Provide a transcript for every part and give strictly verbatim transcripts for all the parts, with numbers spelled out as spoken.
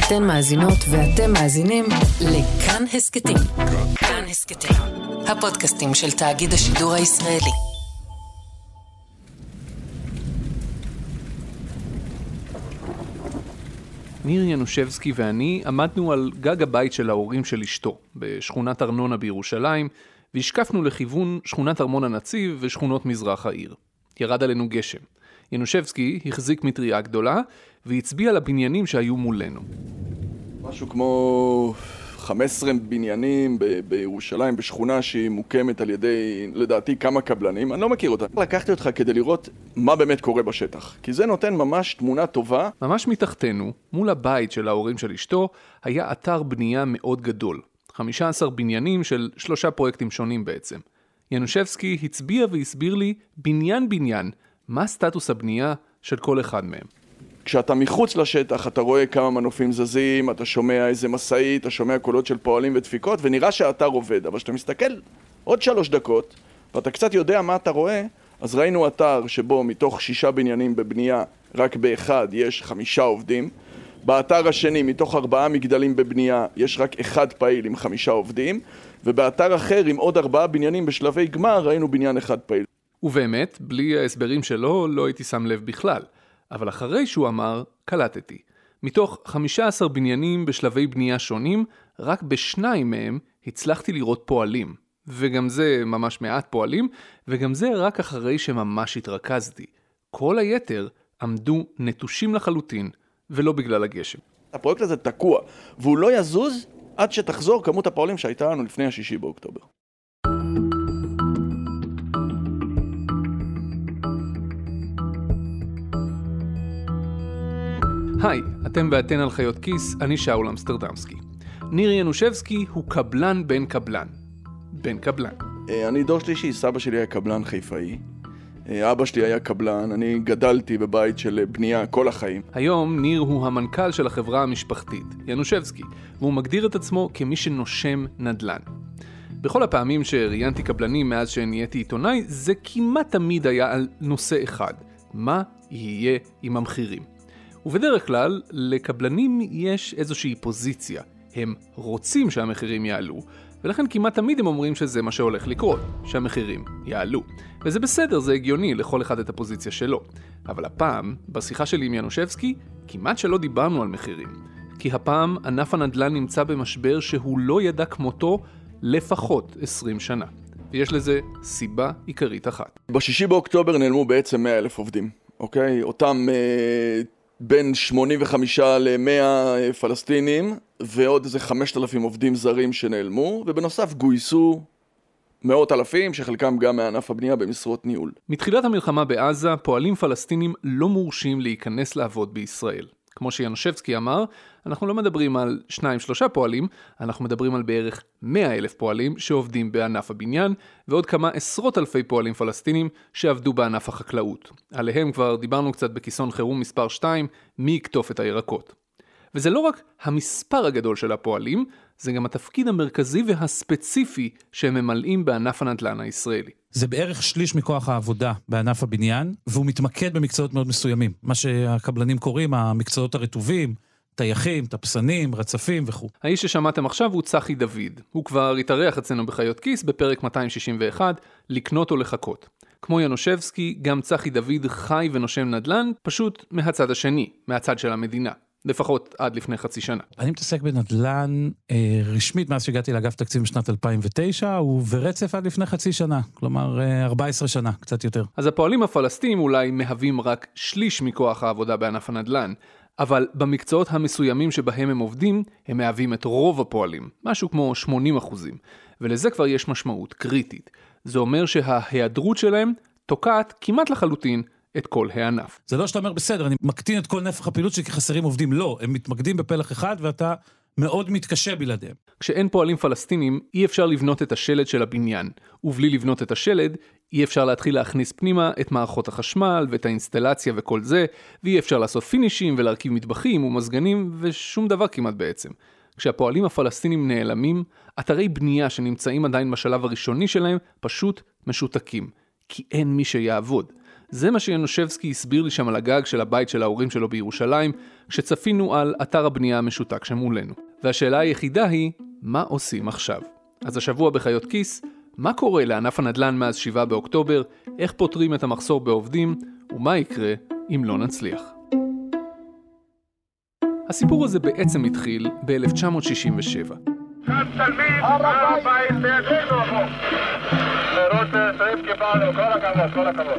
אתן מאזינות ואתם מאזינים לכאן הסקטים. כאן הסקטים, הפודקאסטים של תאגיד השידור הישראלי. ניר ינושבסקי ואני עמדנו על גג הבית של ההורים של אשתו, בשכונת ארנונה בירושלים, והשקפנו לכיוון שכונת ארמון הנציב ושכונות מזרח העיר. ירד עלינו גשם. ינושבסקי החזיק מטריה גדולה, והצביע לבניינים שהיו מולנו. משהו כמו חמישה עשר בניינים ב- בירושלים, בשכונה שהיא מוקמת על ידי, לדעתי, כמה קבלנים. אני לא מכיר אותה. לקחתי אותך כדי לראות מה באמת קורה בשטח, כי זה נותן ממש תמונה טובה. ממש מתחתנו, מול הבית של ההורים של אשתו, היה אתר בנייה מאוד גדול. חמישה עשר בניינים של שלושה פרויקטים שונים בעצם. ינושבסקי הצביע והסביר לי בניין בניין מה סטטוס הבנייה של כל אחד מהם. כשאתה מחוץ לשטח, אתה רואה כמה מנופים זזים, אתה שומע איזה מסעית, אתה שומע קולות של פועלים ודפיקות, ונראה שהאתר עובד. אבל כשאתה מסתכל עוד שלוש דקות, ואתה קצת יודע מה אתה רואה, אז ראינו אתר שבו מתוך שישה בניינים בבנייה, רק באחד יש חמישה עובדים. באתר השני, מתוך ארבעה מגדלים בבנייה, יש רק אחד פעיל עם חמישה עובדים. ובאתר אחר, עם עוד ארבעה בניינים בשלבי גמר, ראינו בניין אחד פעיל. ובאמת, בלי ההסברים שלו, לא הייתי שם לב בכלל. אבל אחרי שהוא אמר, קלטתי. מתוך חמישה עשר בניינים בשלבי בנייה שונים, רק בשניים מהם הצלחתי לראות פועלים. וגם זה ממש מעט פועלים, וגם זה רק אחרי שממש התרכזתי. כל היתר עמדו נטושים לחלוטין, ולא בגלל הגשם. הפרויקט הזה תקוע, והוא לא יזוז עד שתחזור כמות הפועלים שהייתה לנו לפני השישי באוקטובר. היי, אתם ואתן על חיות כיס, אני שאול אמסטרדמסקי. ניר ינושבסקי הוא קבלן בן קבלן. בן קבלן. אני דור שלישי, סבא שלי היה קבלן חיפאי. אבא שלי היה קבלן, אני גדלתי בבית של בנייה כל החיים. היום ניר הוא המנכ"ל של החברה המשפחתית, ינושבסקי, והוא מגדיר את עצמו כמי שנושם נדל"ן. בכל הפעמים שראיינתי קבלנים מאז שנהייתי עיתונאי, זה כמעט תמיד היה על נושא אחד. מה יהיה עם המחירים? ובדרך כלל, לקבלנים יש איזושהי פוזיציה. הם רוצים שהמחירים יעלו, ולכן כמעט תמיד הם אומרים שזה מה שהולך לקרות, שהמחירים יעלו. וזה בסדר, זה הגיוני, לכל אחד את הפוזיציה שלו. אבל הפעם, בשיחה שלי עם ינושבסקי, כמעט שלא דיברנו על מחירים. כי הפעם ענף הנדל"ן נמצא במשבר שהוא לא ידע כמותו לפחות עשרים שנה. ויש לזה סיבה עיקרית אחת. בשישי באוקטובר נעלמו בעצם מאה אלף עובדים, אוקיי? אותם אה, בין שמונים וחמישה למאה פלסטינים, ועוד איזה חמשת אלפים עובדים זרים שנעלמו, ובנוסף גויסו מאות אלפים, שחלקם גם מענף הבנייה במשרות ניהול. מתחילת המלחמה בעזה, פועלים פלסטינים לא מורשים להיכנס לעבוד בישראל. כמו שינושבסקי אמר, אנחנו לא מדברים על שניים שלושה פועלים, אנחנו מדברים על בערך מאה אלף פועלים שעובדים בענף הבניין, ועוד כמה עשרות אלפי פועלים פלסטינים שעבדו בענף החקלאות. עליהם כבר דיברנו קצת בכיסון חירום מספר שתיים, מי יקטוף את הירקות. וזה לא רק המספר הגדול של הפועלים, זה גם התפקיד המרכזי והספציפי שהם ממלאים בענף הנדל"ן הישראלי. זה בערך שליש מכוח העבודה בענף הבניין, והוא מתמקד במקצועות מאוד מסוימים. מה שהקבלנים קוראים, המקצועות הרטובים, טייחים, טפסנים, רצפים וכו'. האיש ששמעתם עכשיו הוא צחי דוד. הוא כבר התארח אצלנו בחיות כיס בפרק מאתיים שישים ואחת, לקנות או לחכות. כמו ינושבסקי, גם צחי דוד חי ונושם נדל"ן, פשוט מהצד השני, מהצד של המדינה. לפחות עד לפני חצי שנה. אני מתעסק בנדל"ן אה, רשמית מאז שהגעתי לאגף תקציב בשנת אלפיים ותשע, וברצף עד לפני חצי שנה, כלומר אה, ארבע עשרה שנה, קצת יותר. אז הפועלים הפלסטינים אולי מהווים רק שליש מכוח העבודה בענף הנדל"ן, אבל במקצועות המסוימים שבהם הם עובדים, הם מהווים את רוב הפועלים, משהו כמו שמונים אחוזים, ולזה כבר יש משמעות קריטית. זה אומר שההיעדרות שלהם תוקעת כמעט לחלוטין את כל הענף. זה לא שאתה אומר בסדר, אני מקטין את כל נפח הפעילות שלי כי חסרים עובדים. לא, הם מתמקדים בפלח אחד ואתה מאוד מתקשה בלעדיהם. כשאין פועלים פלסטינים, אי אפשר לבנות את השלד של הבניין, ובלי לבנות את השלד, אי אפשר להתחיל להכניס פנימה את מערכות החשמל ואת האינסטלציה וכל זה, ואי אפשר לעשות פינישים ולהרכיב מטבחים ומזגנים ושום דבר כמעט בעצם. כשהפועלים הפלסטינים נעלמים, אתרי בנייה שנמצאים עדיין בשלב הראשוני שלהם פשוט משותקים, כי אין מי שיעבוד. זה מה שינושבסקי הסביר לי שם על הגג של הבית של ההורים שלו בירושלים, כשצפינו על אתר הבנייה המשותק שמולנו. והשאלה היחידה היא, מה עושים עכשיו? אז השבוע בחיות כיס, מה קורה לענף הנדל"ן מאז שבעה באוקטובר, איך פותרים את המחסור בעובדים, ומה יקרה אם לא נצליח. הסיפור הזה בעצם התחיל ב-אלף תשע מאות שישים ושבע. כאן תלמיד, הר הבית בידינו עבור. רות שריף קיבלנו, כל הכבוד, כל הכבוד.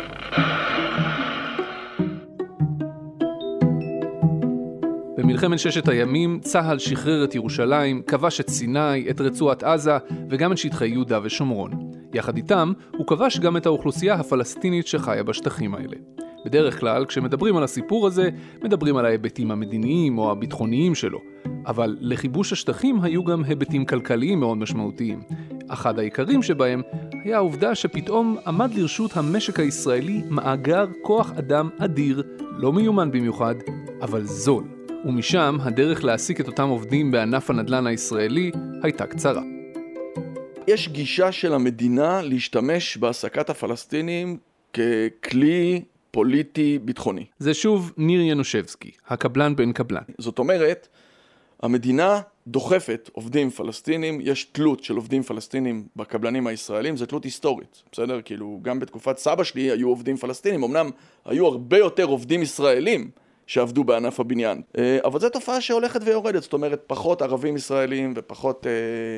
במלחמת ששת הימים, צה"ל שחרר את ירושלים, כבש את סיני, את רצועת עזה וגם את שטחי יהודה ושומרון. יחד איתם, הוא כבש גם את האוכלוסייה הפלסטינית שחיה בשטחים האלה. בדרך כלל, כשמדברים על הסיפור הזה, מדברים על ההיבטים המדיניים או הביטחוניים שלו. אבל לכיבוש השטחים היו גם היבטים כלכליים מאוד משמעותיים. אחד העיקרים שבהם היה העובדה שפתאום עמד לרשות המשק הישראלי מאגר כוח אדם אדיר, לא מיומן במיוחד, אבל זול. ומשם הדרך להעסיק את אותם עובדים בענף הנדל"ן הישראלי הייתה קצרה. יש גישה של המדינה להשתמש בהעסקת הפלסטינים ככלי פוליטי ביטחוני. זה שוב ניר ינושבסקי, הקבלן בן קבלן. זאת אומרת, המדינה דוחפת עובדים פלסטינים, יש תלות של עובדים פלסטינים בקבלנים הישראלים, זה תלות היסטורית, בסדר? כאילו, גם בתקופת סבא שלי היו עובדים פלסטינים, אמנם היו הרבה יותר עובדים ישראלים שעבדו בענף הבניין, אבל זו תופעה שהולכת ויורדת, זאת אומרת, פחות ערבים ישראלים ופחות אה,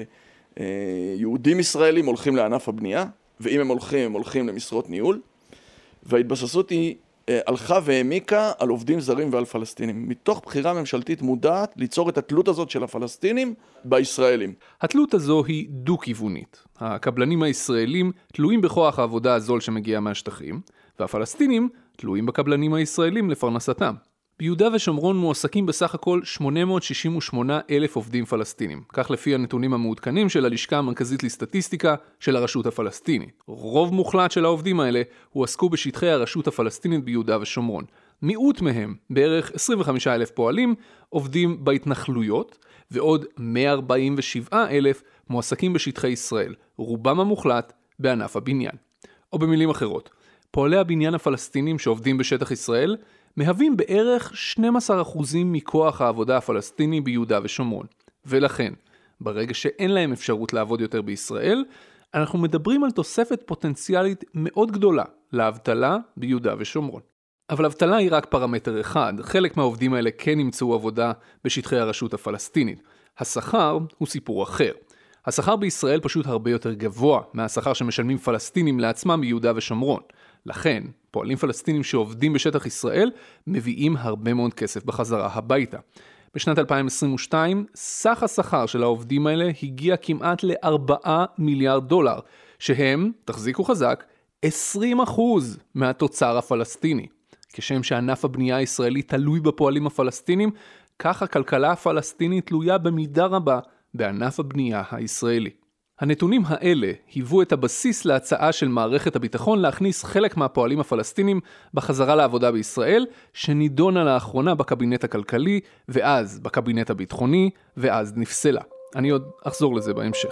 אה, יהודים ישראלים הולכים לענף הבנייה, ואם הם הולכים, הם הולכים למשרות ניהול, וההתבססות היא הלכה והעמיקה על עובדים זרים ועל פלסטינים. מתוך בחירה ממשלתית מודעת ליצור את התלות הזאת של הפלסטינים בישראלים. התלות הזו היא דו-כיוונית. הקבלנים הישראלים תלויים בכוח העבודה הזול שמגיע מהשטחים, והפלסטינים תלויים בקבלנים הישראלים לפרנסתם. ביהודה ושומרון מועסקים בסך הכל שמונה מאות שישים ושמונה אלף עובדים פלסטינים, כך לפי הנתונים המעודכנים של הלשכה המרכזית לסטטיסטיקה של הרשות הפלסטינית. רוב מוחלט של העובדים האלה הועסקו בשטחי הרשות הפלסטינית ביהודה ושומרון. מיעוט מהם, בערך עשרים וחמישה אלף פועלים, עובדים בהתנחלויות, ועוד מאה ארבעים ושבעה אלף מועסקים בשטחי ישראל, רובם המוחלט בענף הבניין. או במילים אחרות, פועלי הבניין הפלסטינים שעובדים בשטח ישראל מהווים בערך שנים עשר אחוז מכוח העבודה הפלסטיני ביהודה ושומרון. ולכן, ברגע שאין להם אפשרות לעבוד יותר בישראל, אנחנו מדברים על תוספת פוטנציאלית מאוד גדולה לאבטלה ביהודה ושומרון. אבל אבטלה היא רק פרמטר אחד, חלק מהעובדים האלה כן ימצאו עבודה בשטחי הרשות הפלסטינית. השכר הוא סיפור אחר. השכר בישראל פשוט הרבה יותר גבוה מהשכר שמשלמים פלסטינים לעצמם ביהודה ושומרון. לכן, פועלים פלסטינים שעובדים בשטח ישראל מביאים הרבה מאוד כסף בחזרה הביתה. בשנת אלפיים עשרים ושתיים, סך השכר של העובדים האלה הגיע כמעט ל-ארבעה מיליארד דולר, שהם, תחזיקו חזק, עשרים אחוז מהתוצר הפלסטיני. כשם שענף הבנייה הישראלי תלוי בפועלים הפלסטינים, כך הכלכלה הפלסטינית תלויה במידה רבה בענף הבנייה הישראלי. הנתונים האלה היוו את הבסיס להצעה של מערכת הביטחון להכניס חלק מהפועלים הפלסטינים בחזרה לעבודה בישראל, שנידונה לאחרונה בקבינט הכלכלי, ואז בקבינט הביטחוני, ואז נפסלה. אני עוד אחזור לזה בהמשך.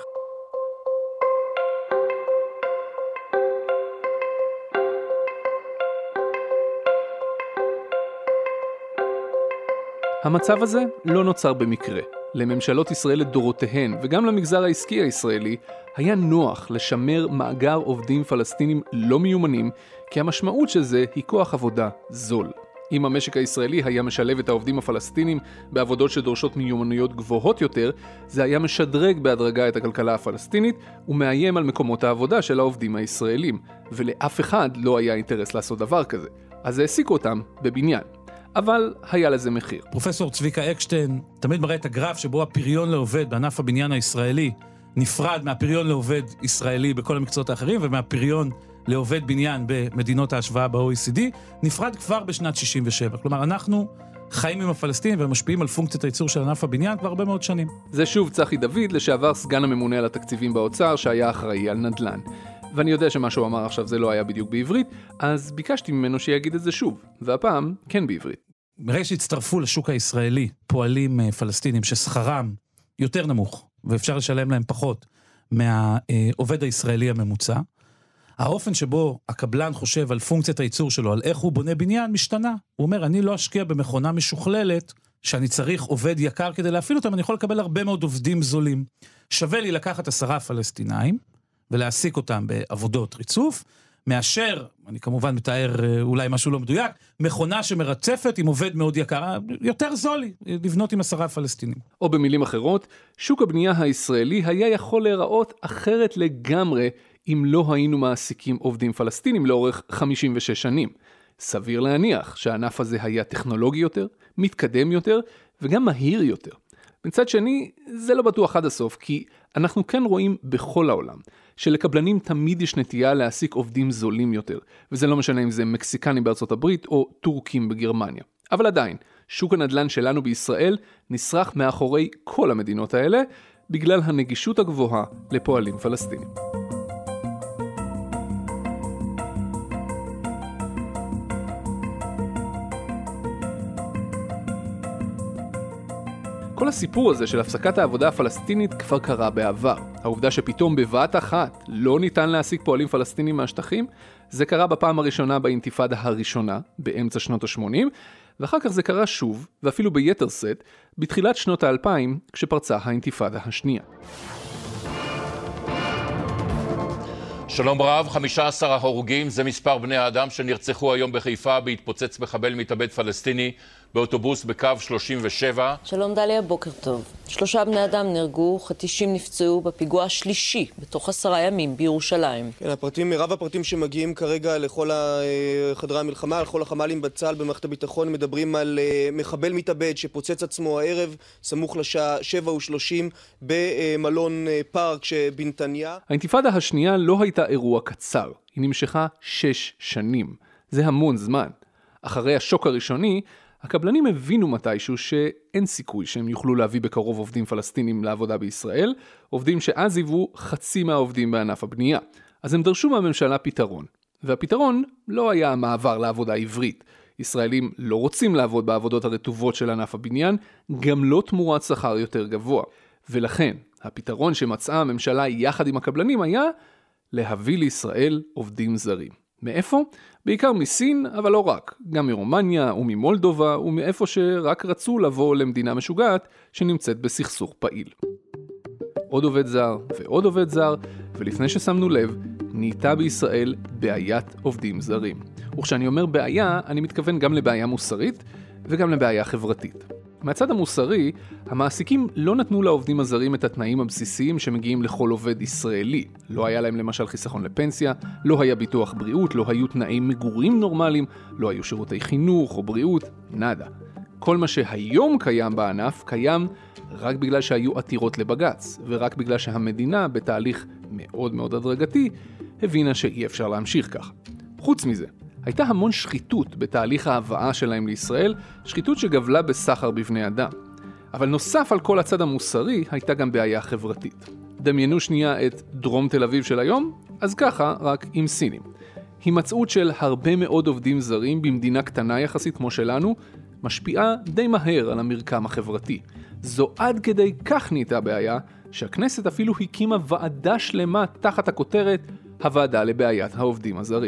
המצב הזה לא נוצר במקרה. לממשלות ישראל לדורותיהן וגם למגזר העסקי הישראלי היה נוח לשמר מאגר עובדים פלסטינים לא מיומנים, כי המשמעות של זה היא כוח עבודה זול. אם המשק הישראלי היה משלב את העובדים הפלסטינים בעבודות שדורשות מיומנויות גבוהות יותר, זה היה משדרג בהדרגה את הכלכלה הפלסטינית ומאיים על מקומות העבודה של העובדים הישראלים, ולאף אחד לא היה אינטרס לעשות דבר כזה. אז העסיקו אותם בבניין. אבל היה לזה מחיר. פרופסור צביקה אקשטיין תמיד מראה את הגרף שבו הפריון לעובד בענף הבניין הישראלי נפרד מהפריון לעובד ישראלי בכל המקצועות האחרים, ומהפריון לעובד בניין במדינות ההשוואה ב-או אי סי די, נפרד כבר בשנת שישים ושבע. כלומר, אנחנו חיים עם הפלסטינים ומשפיעים על פונקציית הייצור של ענף הבניין כבר הרבה מאוד שנים. זה שוב צחי דוד, לשעבר סגן הממונה על התקציבים באוצר, שהיה אחראי על נדל"ן. ואני יודע שמה שהוא אמר עכשיו זה לא היה בדיוק בעברית, אז ביקשתי ממנו שיגיד את זה שוב, והפעם כן בעברית. ברגע שהצטרפו לשוק הישראלי פועלים פלסטינים ששכרם יותר נמוך, ואפשר לשלם להם פחות מהעובד הישראלי הממוצע, האופן שבו הקבלן חושב על פונקציית הייצור שלו, על איך הוא בונה בניין, משתנה. הוא אומר, אני לא אשקיע במכונה משוכללת, שאני צריך עובד יקר כדי להפעיל אותם, אני יכול לקבל הרבה מאוד עובדים זולים. שווה לי לקחת עשרה פלסטינאים, ולהעסיק אותם בעבודות ריצוף, מאשר, אני כמובן מתאר אולי משהו לא מדויק, מכונה שמרצפת עם עובד מאוד יקר, יותר זול לי, לבנות עם עשרה פלסטינים. או במילים אחרות, שוק הבנייה הישראלי היה יכול להיראות אחרת לגמרי, אם לא היינו מעסיקים עובדים פלסטינים לאורך חמישים ושש שנים. סביר להניח שהענף הזה היה טכנולוגי יותר, מתקדם יותר, וגם מהיר יותר. מצד שני, זה לא בטוח עד הסוף, כי אנחנו כן רואים בכל העולם, שלקבלנים תמיד יש נטייה להעסיק עובדים זולים יותר, וזה לא משנה אם זה מקסיקנים בארצות הברית או טורקים בגרמניה. אבל עדיין, שוק הנדל"ן שלנו בישראל נשרח מאחורי כל המדינות האלה, בגלל הנגישות הגבוהה לפועלים פלסטינים. כל הסיפור הזה של הפסקת העבודה הפלסטינית כבר קרה בעבר. העובדה שפתאום בבת אחת לא ניתן להשיג פועלים פלסטינים מהשטחים, זה קרה בפעם הראשונה באינתיפאדה הראשונה, באמצע שנות ה-שמונים, ואחר כך זה קרה שוב, ואפילו ביתר סט, בתחילת שנות ה-אלפיים, כשפרצה האינתיפאדה השנייה. שלום רב, חמישה עשר ההרוגים, זה מספר בני האדם שנרצחו היום בחיפה בהתפוצץ מחבל מתאבד פלסטיני באוטובוס בקו שלושים ושבע. שלום דליה, בוקר טוב. שלושה בני אדם נהרגו, חטישים נפצעו בפיגוע השלישי בתוך עשרה ימים בירושלים. כן, הפרטים, מרב הפרטים שמגיעים כרגע לכל חדרי המלחמה, לכל החמ"לים בצה"ל במערכת הביטחון, מדברים על מחבל מתאבד שפוצץ עצמו הערב, סמוך לשעה שבע ושלושים במלון פארק שבנתניה. האינתיפאדה השנייה לא הייתה אירוע קצר, היא נמשכה שש שנים. זה המון זמן. אחרי השוק הראשוני, הקבלנים הבינו מתישהו שאין סיכוי שהם יוכלו להביא בקרוב עובדים פלסטינים לעבודה בישראל, עובדים שאז היוו חצי מהעובדים בענף הבנייה. אז הם דרשו מהממשלה פתרון. והפתרון לא היה המעבר לעבודה עברית. ישראלים לא רוצים לעבוד בעבודות הרטובות של ענף הבניין, גם לא תמורת שכר יותר גבוה. ולכן, הפתרון שמצאה הממשלה יחד עם הקבלנים היה להביא לישראל עובדים זרים. מאיפה? בעיקר מסין, אבל לא רק. גם מרומניה וממולדובה ומאיפה שרק רצו לבוא למדינה משוגעת שנמצאת בסכסוך פעיל. עוד עובד זר ועוד עובד זר, ולפני ששמנו לב, נהייתה בישראל בעיית עובדים זרים. וכשאני אומר בעיה, אני מתכוון גם לבעיה מוסרית וגם לבעיה חברתית. מהצד המוסרי, המעסיקים לא נתנו לעובדים הזרים את התנאים הבסיסיים שמגיעים לכל עובד ישראלי. לא היה להם למשל חיסכון לפנסיה, לא היה ביטוח בריאות, לא היו תנאי מגורים נורמליים, לא היו שירותי חינוך או בריאות, נדה. כל מה שהיום קיים בענף, קיים רק בגלל שהיו עתירות לבגץ, ורק בגלל שהמדינה בתהליך מאוד מאוד הדרגתי, הבינה שאי אפשר להמשיך כך. חוץ מזה, הייתה המון שחיתות בתהליך ההבאה שלהם לישראל, שחיתות שגבלה בסחר בבני אדם. אבל נוסף על כל הצד המוסרי, הייתה גם בעיה חברתית. דמיינו שנייה את דרום תל אביב של היום, אז ככה רק עם סינים. הימצאות של הרבה מאוד עובדים זרים במדינה קטנה יחסית כמו שלנו, משפיעה די מהר על המרקם החברתי. זו עד כדי כך נהייתה בעיה, שהכנסת אפילו הקימה ועדה שלמה תחת הכותרת הוועדה לבעיית העובדים הזרים.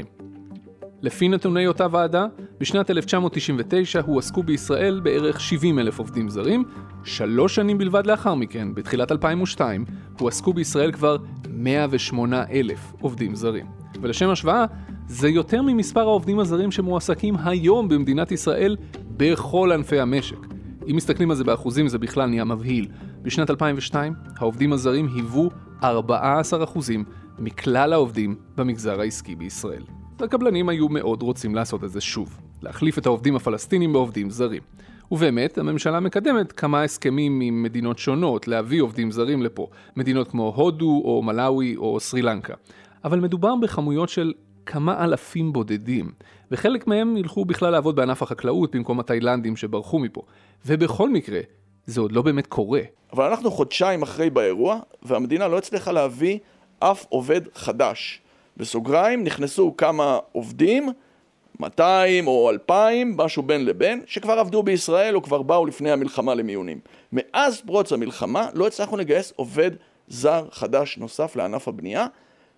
לפי נתוני אותה ועדה, בשנת אלף תשע מאות תשעים ותשע הועסקו בישראל בערך שבעים אלף עובדים זרים, שלוש שנים בלבד לאחר מכן, בתחילת אלפיים ושתיים, הועסקו בישראל כבר מאה ושמונה אלף עובדים זרים. ולשם השוואה, זה יותר ממספר העובדים הזרים שמועסקים היום במדינת ישראל בכל ענפי המשק. אם מסתכלים על זה באחוזים, זה בכלל נהיה מבהיל. בשנת אלפיים ושתיים, העובדים הזרים היוו ארבעה עשר אחוזים מכלל העובדים במגזר העסקי בישראל. והקבלנים היו מאוד רוצים לעשות את זה שוב, להחליף את העובדים הפלסטינים בעובדים זרים. ובאמת, הממשלה מקדמת כמה הסכמים עם מדינות שונות להביא עובדים זרים לפה, מדינות כמו הודו או מלאווי או סרי לנקה. אבל מדובר בכמויות של כמה אלפים בודדים, וחלק מהם ילכו בכלל לעבוד בענף החקלאות במקום התאילנדים שברחו מפה. ובכל מקרה, זה עוד לא באמת קורה. אבל אנחנו חודשיים אחרי באירוע, והמדינה לא הצליחה להביא אף עובד חדש. בסוגריים נכנסו כמה עובדים, מאתיים או אלפיים, משהו בין לבין, שכבר עבדו בישראל או כבר באו לפני המלחמה למיונים. מאז פרוץ המלחמה לא הצלחנו לגייס עובד זר חדש נוסף לענף הבנייה,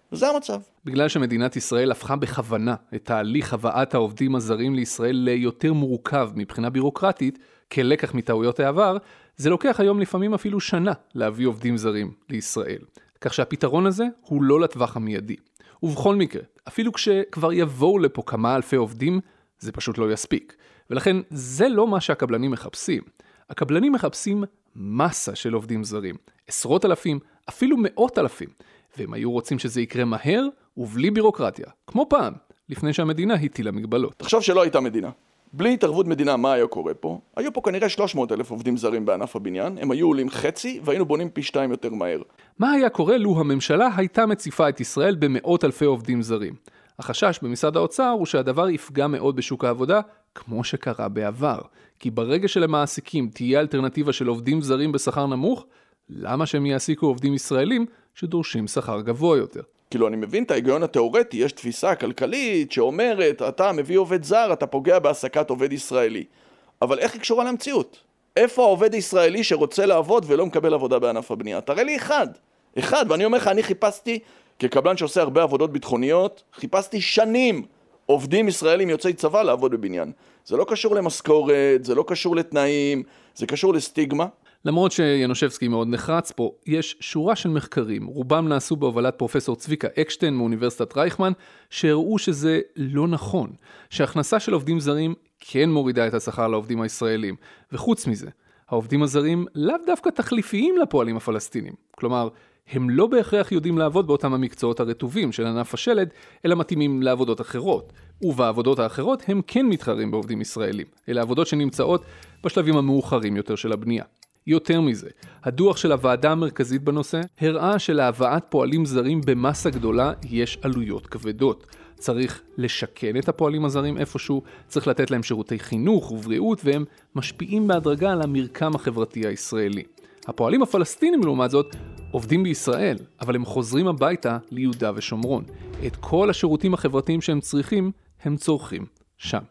וזה המצב. בגלל שמדינת ישראל הפכה בכוונה את תהליך הבאת העובדים הזרים לישראל ליותר מורכב מבחינה בירוקרטית, כלקח מטעויות העבר, זה לוקח היום לפעמים אפילו שנה להביא עובדים זרים לישראל. כך שהפתרון הזה הוא לא לטווח המיידי. ובכל מקרה, אפילו כשכבר יבואו לפה כמה אלפי עובדים, זה פשוט לא יספיק. ולכן זה לא מה שהקבלנים מחפשים. הקבלנים מחפשים מסה של עובדים זרים. עשרות אלפים, אפילו מאות אלפים. והם היו רוצים שזה יקרה מהר ובלי בירוקרטיה. כמו פעם, לפני שהמדינה הטילה מגבלות. תחשוב שלא הייתה מדינה. בלי התערבות מדינה, מה היה קורה פה? היו פה כנראה שלוש מאות אלף עובדים זרים בענף הבניין, הם היו עולים חצי והיינו בונים פי שתיים יותר מהר. מה היה קורה לו הממשלה הייתה מציפה את ישראל במאות אלפי עובדים זרים? החשש במשרד האוצר הוא שהדבר יפגע מאוד בשוק העבודה, כמו שקרה בעבר. כי ברגע שלמעסיקים תהיה אלטרנטיבה של עובדים זרים בשכר נמוך, למה שהם יעסיקו עובדים ישראלים שדורשים שכר גבוה יותר? כאילו אני מבין את ההיגיון התיאורטי, יש תפיסה כלכלית שאומרת, אתה מביא עובד זר, אתה פוגע בהעסקת עובד ישראלי. אבל איך היא קשורה למציאות? איפה העובד הישראלי שרוצה לעבוד ולא מקבל עבודה בענף הבנייה? תראה לי אחד. אחד, ואני אומר לך, אני חיפשתי, כקבלן שעושה הרבה עבודות ביטחוניות, חיפשתי שנים עובדים ישראלים יוצאי צבא לעבוד בבניין. זה לא קשור למשכורת, זה לא קשור לתנאים, זה קשור לסטיגמה. למרות שינושבסקי מאוד נחרץ פה, יש שורה של מחקרים, רובם נעשו בהובלת פרופסור צביקה אקשטיין מאוניברסיטת רייכמן, שהראו שזה לא נכון, שההכנסה של עובדים זרים כן מורידה את השכר לעובדים הישראלים, וחוץ מזה, העובדים הזרים לאו דווקא תחליפיים לפועלים הפלסטינים, כלומר, הם לא בהכרח יודעים לעבוד באותם המקצועות הרטובים של ענף השלד, אלא מתאימים לעבודות אחרות, ובעבודות האחרות הם כן מתחרים בעובדים ישראלים, אלה עבודות שנמצאות בשלבים המאוחרים יותר של הבנייה. יותר מזה, הדוח של הוועדה המרכזית בנושא הראה שלהבאת פועלים זרים במסה גדולה יש עלויות כבדות. צריך לשכן את הפועלים הזרים איפשהו, צריך לתת להם שירותי חינוך ובריאות, והם משפיעים בהדרגה על המרקם החברתי הישראלי. הפועלים הפלסטינים לעומת זאת עובדים בישראל, אבל הם חוזרים הביתה ליהודה ושומרון. את כל השירותים החברתיים שהם צריכים, הם צורכים שם.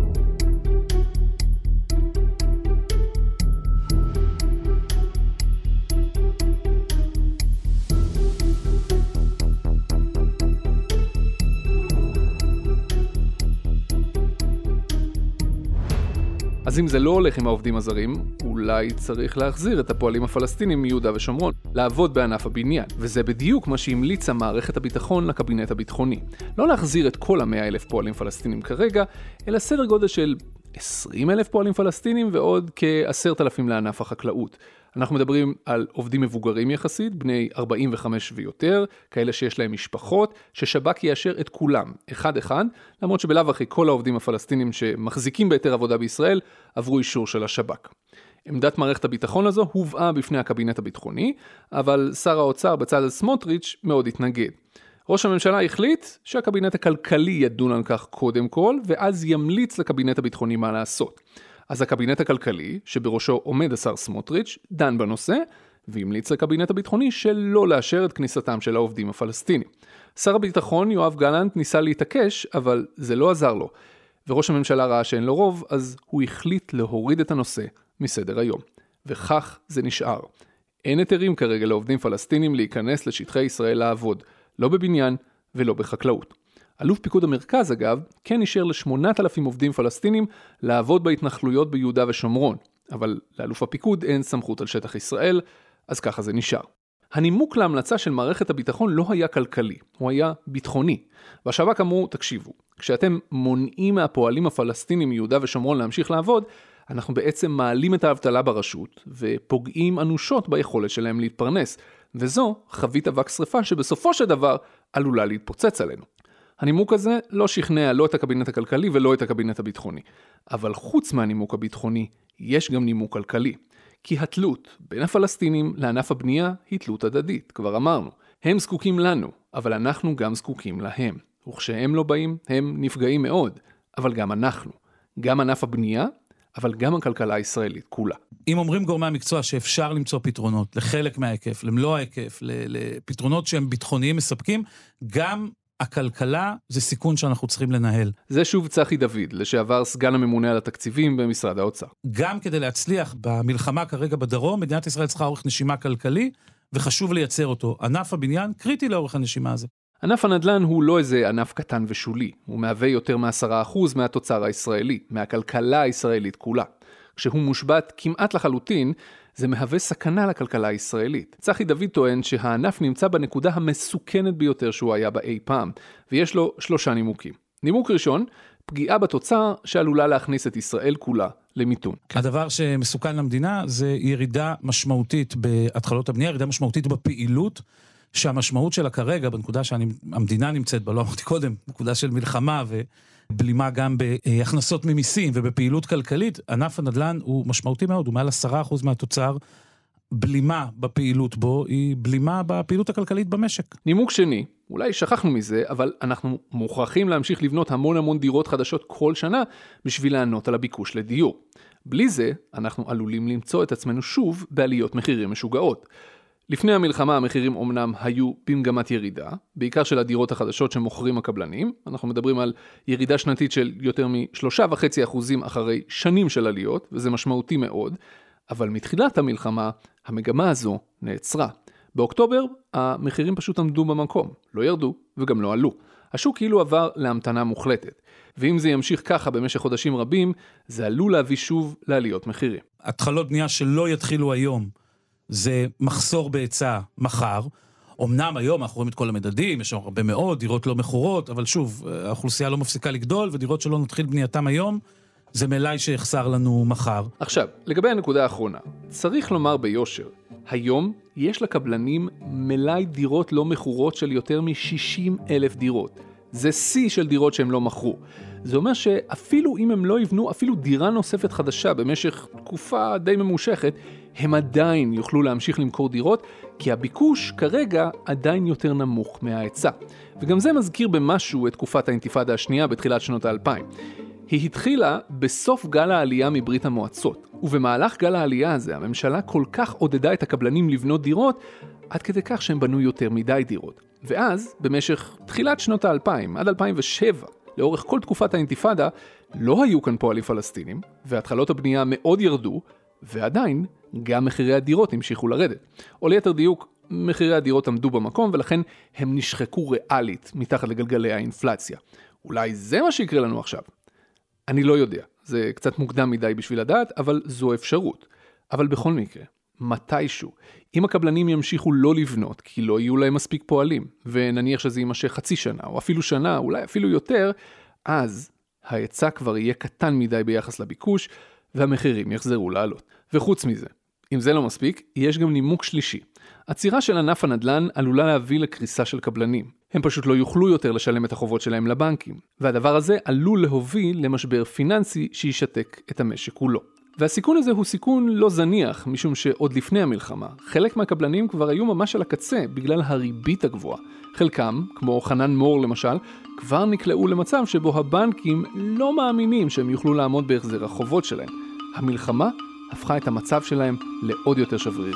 אז אם זה לא הולך עם העובדים הזרים, אולי צריך להחזיר את הפועלים הפלסטינים מיהודה ושומרון, לעבוד בענף הבניין. וזה בדיוק מה שהמליצה מערכת הביטחון לקבינט הביטחוני. לא להחזיר את כל המאה אלף פועלים פלסטינים כרגע, אלא סדר גודל של עשרים אלף פועלים פלסטינים ועוד כעשרת אלפים לענף החקלאות. אנחנו מדברים על עובדים מבוגרים יחסית, בני ארבעים וחמש ויותר, כאלה שיש להם משפחות, ששב"כ יאשר את כולם, אחד אחד, למרות שבלאו הכי כל העובדים הפלסטינים שמחזיקים בהיתר עבודה בישראל, עברו אישור של השב"כ. עמדת מערכת הביטחון הזו הובאה בפני הקבינט הביטחוני, אבל שר האוצר בצלאל סמוטריץ' מאוד התנגד. ראש הממשלה החליט שהקבינט הכלכלי ידון על כך קודם כל, ואז ימליץ לקבינט הביטחוני מה לעשות. אז הקבינט הכלכלי, שבראשו עומד השר סמוטריץ', דן בנושא, והמליץ לקבינט הביטחוני שלא לאשר את כניסתם של העובדים הפלסטינים. שר הביטחון יואב גלנט ניסה להתעקש, אבל זה לא עזר לו. וראש הממשלה ראה שאין לו רוב, אז הוא החליט להוריד את הנושא מסדר היום. וכך זה נשאר. אין היתרים כרגע לעובדים פלסטינים להיכנס לשטחי ישראל לעבוד, לא בבניין ולא בחקלאות. אלוף פיקוד המרכז, אגב, כן נשאר ל-שמונת אלפים עובדים פלסטינים לעבוד בהתנחלויות ביהודה ושומרון, אבל לאלוף הפיקוד אין סמכות על שטח ישראל, אז ככה זה נשאר. הנימוק להמלצה של מערכת הביטחון לא היה כלכלי, הוא היה ביטחוני. והשב"כ אמרו, תקשיבו, כשאתם מונעים מהפועלים הפלסטינים מיהודה ושומרון להמשיך לעבוד, אנחנו בעצם מעלים את האבטלה ברשות, ופוגעים אנושות ביכולת שלהם להתפרנס, וזו חבית אבק שריפה שבסופו של דבר עלולה להתפוצץ עלינו. הנימוק הזה לא שכנע לא את הקבינט הכלכלי ולא את הקבינט הביטחוני. אבל חוץ מהנימוק הביטחוני, יש גם נימוק כלכלי. כי התלות בין הפלסטינים לענף הבנייה היא תלות הדדית, כבר אמרנו. הם זקוקים לנו, אבל אנחנו גם זקוקים להם. וכשהם לא באים, הם נפגעים מאוד, אבל גם אנחנו. גם ענף הבנייה, אבל גם הכלכלה הישראלית כולה. אם אומרים גורמי המקצוע שאפשר למצוא פתרונות לחלק מההיקף, למלוא ההיקף, לפתרונות שהם ביטחוניים מספקים, גם הכלכלה זה סיכון שאנחנו צריכים לנהל. זה שוב צחי דוד, לשעבר סגן הממונה על התקציבים במשרד האוצר. גם כדי להצליח במלחמה כרגע בדרום, מדינת ישראל צריכה אורך נשימה כלכלי, וחשוב לייצר אותו. ענף הבניין קריטי לאורך הנשימה הזה. ענף הנדל"ן הוא לא איזה ענף קטן ושולי, הוא מהווה יותר מעשרה אחוז מהתוצר הישראלי, מהכלכלה הישראלית כולה. כשהוא מושבת כמעט לחלוטין, זה מהווה סכנה לכלכלה הישראלית. צחי דוד טוען שהענף נמצא בנקודה המסוכנת ביותר שהוא היה בה אי פעם, ויש לו שלושה נימוקים. נימוק ראשון, פגיעה בתוצר שעלולה להכניס את ישראל כולה למיתון. הדבר שמסוכן למדינה זה ירידה משמעותית בהתחלות הבנייה, ירידה משמעותית בפעילות, שהמשמעות שלה כרגע, בנקודה שהמדינה נמצאת בה, לא אמרתי קודם, נקודה של מלחמה ובלימה גם בהכנסות ממיסים ובפעילות כלכלית, ענף הנדל"ן הוא משמעותי מאוד, הוא מעל עשרה אחוז מהתוצר, בלימה בפעילות בו היא בלימה בפעילות הכלכלית במשק. נימוק שני, אולי שכחנו מזה, אבל אנחנו מוכרחים להמשיך לבנות המון המון דירות חדשות כל שנה בשביל לענות על הביקוש לדיור. בלי זה, אנחנו עלולים למצוא את עצמנו שוב בעליות מחירים משוגעות. לפני המלחמה המחירים אומנם היו במגמת ירידה, בעיקר של הדירות החדשות שמוכרים הקבלנים. אנחנו מדברים על ירידה שנתית של יותר משלושה וחצי אחוזים אחרי שנים של עליות, וזה משמעותי מאוד. אבל מתחילת המלחמה, המגמה הזו נעצרה. באוקטובר, המחירים פשוט עמדו במקום, לא ירדו וגם לא עלו. השוק כאילו עבר להמתנה מוחלטת. ואם זה ימשיך ככה במשך חודשים רבים, זה עלול להביא שוב לעליות מחירים. התחלות בנייה שלא יתחילו היום, זה מחסור בהיצע מחר. אמנם היום אנחנו רואים את כל המדדים, יש הרבה מאוד דירות לא מכורות, אבל שוב, האוכלוסייה לא מפסיקה לגדול, ודירות שלא נתחיל בנייתם היום, זה מלאי שיחסר לנו מחר. עכשיו, לגבי הנקודה האחרונה, צריך לומר ביושר, היום יש לקבלנים מלאי דירות לא מכורות של יותר מ-שישים אלף דירות. זה שיא של דירות שהם לא מכרו. זה אומר שאפילו אם הם לא יבנו אפילו דירה נוספת חדשה במשך תקופה די ממושכת, הם עדיין יוכלו להמשיך למכור דירות, כי הביקוש כרגע עדיין יותר נמוך מההיצע. וגם זה מזכיר במשהו את תקופת האינתיפאדה השנייה בתחילת שנות האלפיים. היא התחילה בסוף גל העלייה מברית המועצות, ובמהלך גל העלייה הזה הממשלה כל כך עודדה את הקבלנים לבנות דירות, עד כדי כך שהם בנו יותר מדי דירות. ואז, במשך תחילת שנות האלפיים, עד אלפיים ושבע, לאורך כל תקופת האינתיפאדה, לא היו כאן פועלים פלסטינים, והתחלות הבנייה מאוד ירדו, ועדיין גם מחירי הדירות המשיכו לרדת. או ליתר דיוק, מחירי הדירות עמדו במקום, ולכן הם נשחקו ריאלית מתחת לגלגלי האינפלציה. אולי זה מה שיקרה לנו עכשיו. אני לא יודע, זה קצת מוקדם מדי בשביל לדעת, אבל זו אפשרות. אבל בכל מקרה, מתישהו, אם הקבלנים ימשיכו לא לבנות, כי לא יהיו להם מספיק פועלים, ונניח שזה יימשך חצי שנה, או אפילו שנה, אולי אפילו יותר, אז ההיצע כבר יהיה קטן מדי ביחס לביקוש, והמחירים יחזרו לעלות. וחוץ מזה, אם זה לא מספיק, יש גם נימוק שלישי. עצירה של ענף הנדל"ן עלולה להביא לקריסה של קבלנים. הם פשוט לא יוכלו יותר לשלם את החובות שלהם לבנקים, והדבר הזה עלול להוביל למשבר פיננסי שישתק את המשק כולו. והסיכון הזה הוא סיכון לא זניח, משום שעוד לפני המלחמה, חלק מהקבלנים כבר היו ממש על הקצה בגלל הריבית הגבוהה. חלקם, כמו חנן מור למשל, כבר נקלעו למצב שבו הבנקים לא מאמינים שהם יוכלו לעמוד בהחזר החובות שלהם. המלחמה הפכה את המצב שלהם לעוד יותר שברירי.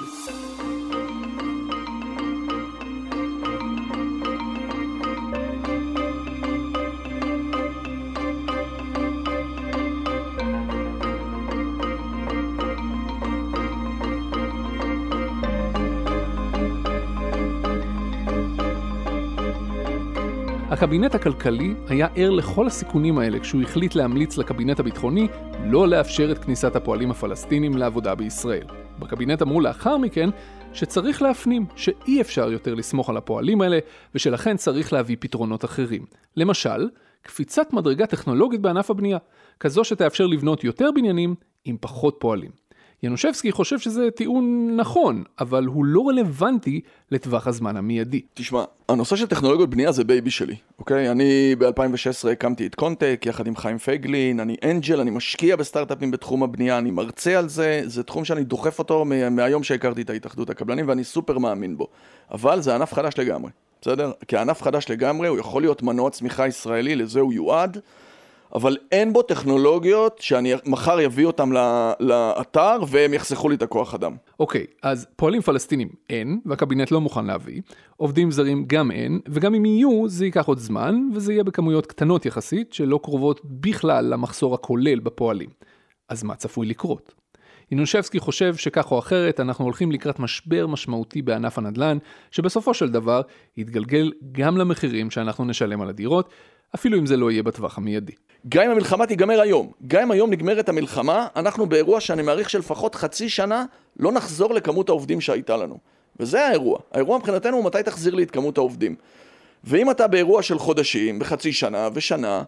הקבינט הכלכלי היה ער לכל הסיכונים האלה כשהוא החליט להמליץ לקבינט הביטחוני לא לאפשר את כניסת הפועלים הפלסטינים לעבודה בישראל. בקבינט אמרו לאחר מכן שצריך להפנים שאי אפשר יותר לסמוך על הפועלים האלה ושלכן צריך להביא פתרונות אחרים. למשל, קפיצת מדרגה טכנולוגית בענף הבנייה, כזו שתאפשר לבנות יותר בניינים עם פחות פועלים. ינושבסקי חושב שזה טיעון נכון, אבל הוא לא רלוונטי לטווח הזמן המיידי. תשמע, הנושא של טכנולוגיות בנייה זה בייבי שלי, אוקיי? אני ב-אלפיים ושש עשרה הקמתי את קונטק יחד עם חיים פייגלין, אני אנג'ל, אני משקיע בסטארט-אפים בתחום הבנייה, אני מרצה על זה, זה תחום שאני דוחף אותו מהיום שהכרתי את ההתאחדות הקבלנים ואני סופר מאמין בו. אבל זה ענף חדש לגמרי, בסדר? כי ענף חדש לגמרי, הוא יכול להיות מנוע צמיחה ישראלי, לזה הוא יועד, אבל אין בו טכנולוגיות שאני מחר יביא אותם לאתר והם יחסכו לי את הכוח אדם. אוקיי, אז פועלים פלסטינים אין, והקבינט לא מוכן להביא, עובדים זרים גם אין, וגם אם יהיו זה ייקח עוד זמן, וזה יהיה בכמויות קטנות יחסית, שלא קרובות בכלל למחסור הכולל בפועלים. אז מה צפוי לקרות? ינושבסקי חושב שכך או אחרת אנחנו הולכים לקראת משבר משמעותי בענף הנדל"ן, שבסופו של דבר יתגלגל גם למחירים שאנחנו נשלם על הדירות, אפילו אם זה לא יהיה בטווח המיידי. גם אם המלחמה תיגמר היום, גם אם היום נגמרת המלחמה, אנחנו באירוע שאני מעריך שלפחות חצי שנה לא נחזור לכמות העובדים שהייתה לנו. וזה האירוע. האירוע מבחינתנו הוא מתי תחזיר לי את כמות העובדים. ואם אתה באירוע של חודשים, בחצי שנה ושנה,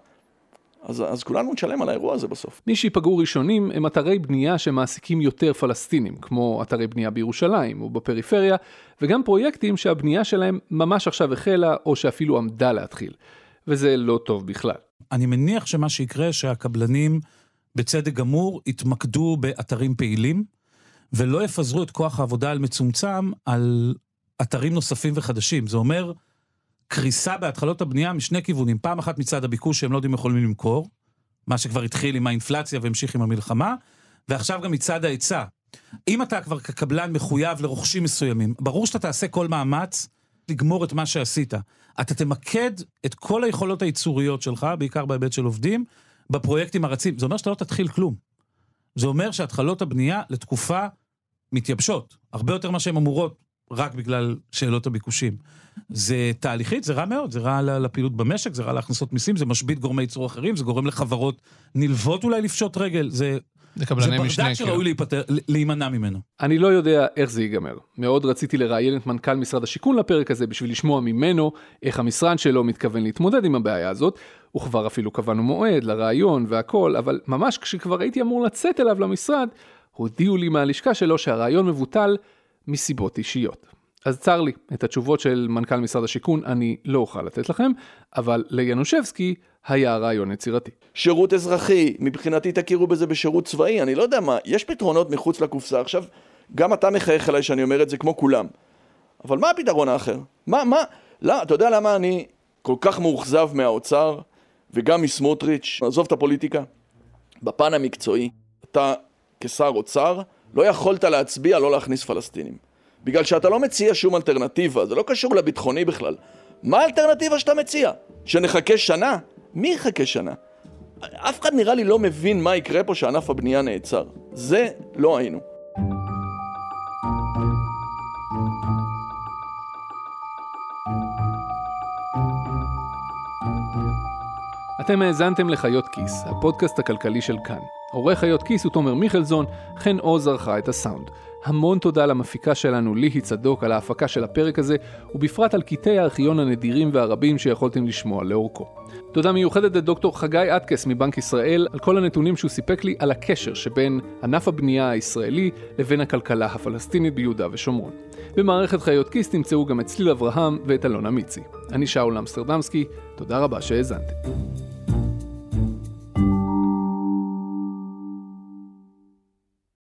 אז, אז כולנו נשלם על האירוע הזה בסוף. מי שיפגעו ראשונים הם אתרי בנייה שמעסיקים יותר פלסטינים, כמו אתרי בנייה בירושלים או בפריפריה, וגם פרויקטים שהבנייה שלהם ממש עכשיו החלה או שאפילו עמדה להתחיל. וזה לא טוב בכלל. אני מניח שמה שיקרה שהקבלנים בצדק גמור יתמקדו באתרים פעילים, ולא יפזרו את כוח העבודה על מצומצם על אתרים נוספים וחדשים. זה אומר קריסה בהתחלות הבנייה משני כיוונים. פעם אחת מצד הביקוש שהם לא יודעים יכולים למכור, מה שכבר התחיל עם האינפלציה והמשיך עם המלחמה, ועכשיו גם מצד ההיצע. אם אתה כבר כקבלן מחויב לרוכשים מסוימים, ברור שאתה תעשה כל מאמץ לגמור את מה שעשית. אתה תמקד את כל היכולות הייצוריות שלך, בעיקר בהיבט של עובדים, בפרויקטים הרצים. זה אומר שאתה לא תתחיל כלום. זה אומר שהתחלות הבנייה לתקופה מתייבשות. הרבה יותר מה שהן אמורות, רק בגלל שאלות הביקושים. זה תהליכית, זה רע מאוד, זה רע לפעילות במשק, זה רע להכנסות מיסים, זה משבית גורמי ייצור אחרים, זה גורם לחברות נלוות אולי לפשוט רגל, זה... זה ברדק שראוי להיפטר, להימנע ממנו. אני לא יודע איך זה ייגמר. מאוד רציתי לראיין את מנכ"ל משרד השיכון לפרק הזה בשביל לשמוע ממנו איך המשרד שלו מתכוון להתמודד עם הבעיה הזאת. וכבר אפילו קבענו מועד לרעיון והכל, אבל ממש כשכבר הייתי אמור לצאת אליו למשרד, הודיעו לי מהלשכה שלו שהרעיון מבוטל מסיבות אישיות. אז צר לי, את התשובות של מנכ"ל משרד השיכון אני לא אוכל לתת לכם, אבל לינושבסקי היה רעיון יצירתי. שירות אזרחי, מבחינתי תכירו בזה בשירות צבאי, אני לא יודע מה, יש פתרונות מחוץ לקופסה. עכשיו, גם אתה מחייך אליי שאני אומר את זה כמו כולם. אבל מה הפתרון האחר? מה, מה? לא, אתה יודע למה אני כל כך מאוכזב מהאוצר, וגם מסמוטריץ', עזוב את הפוליטיקה? בפן המקצועי, אתה כשר אוצר, לא יכולת להצביע לא להכניס פלסטינים. בגלל שאתה לא מציע שום אלטרנטיבה, זה לא קשור לביטחוני בכלל. מה האלטרנטיבה שאתה מציע? שנחכה שנה? מי יחכה שנה? אף אחד נראה לי לא מבין מה יקרה פה שענף הבנייה נעצר. זה לא היינו. אתם האזנתם לחיות כיס, הפודקאסט הכלכלי של כאן. עורך חיות כיס הוא תומר מיכלזון, חן עוז ערכה את הסאונד. המון תודה למפיקה שלנו ליהי צדוק על ההפקה של הפרק הזה, ובפרט על קטעי הארכיון הנדירים והרבים שיכולתם לשמוע לאורכו. תודה מיוחדת לדוקטור חגי אטקס מבנק ישראל על כל הנתונים שהוא סיפק לי על הקשר שבין ענף הבנייה הישראלי לבין הכלכלה הפלסטינית ביהודה ושומרון. במערכת חיות כיס תמצאו גם את צליל אברהם ואת אלון אמיצי. אני שאול אמסטרדמסקי, תודה רבה שהאזנתם.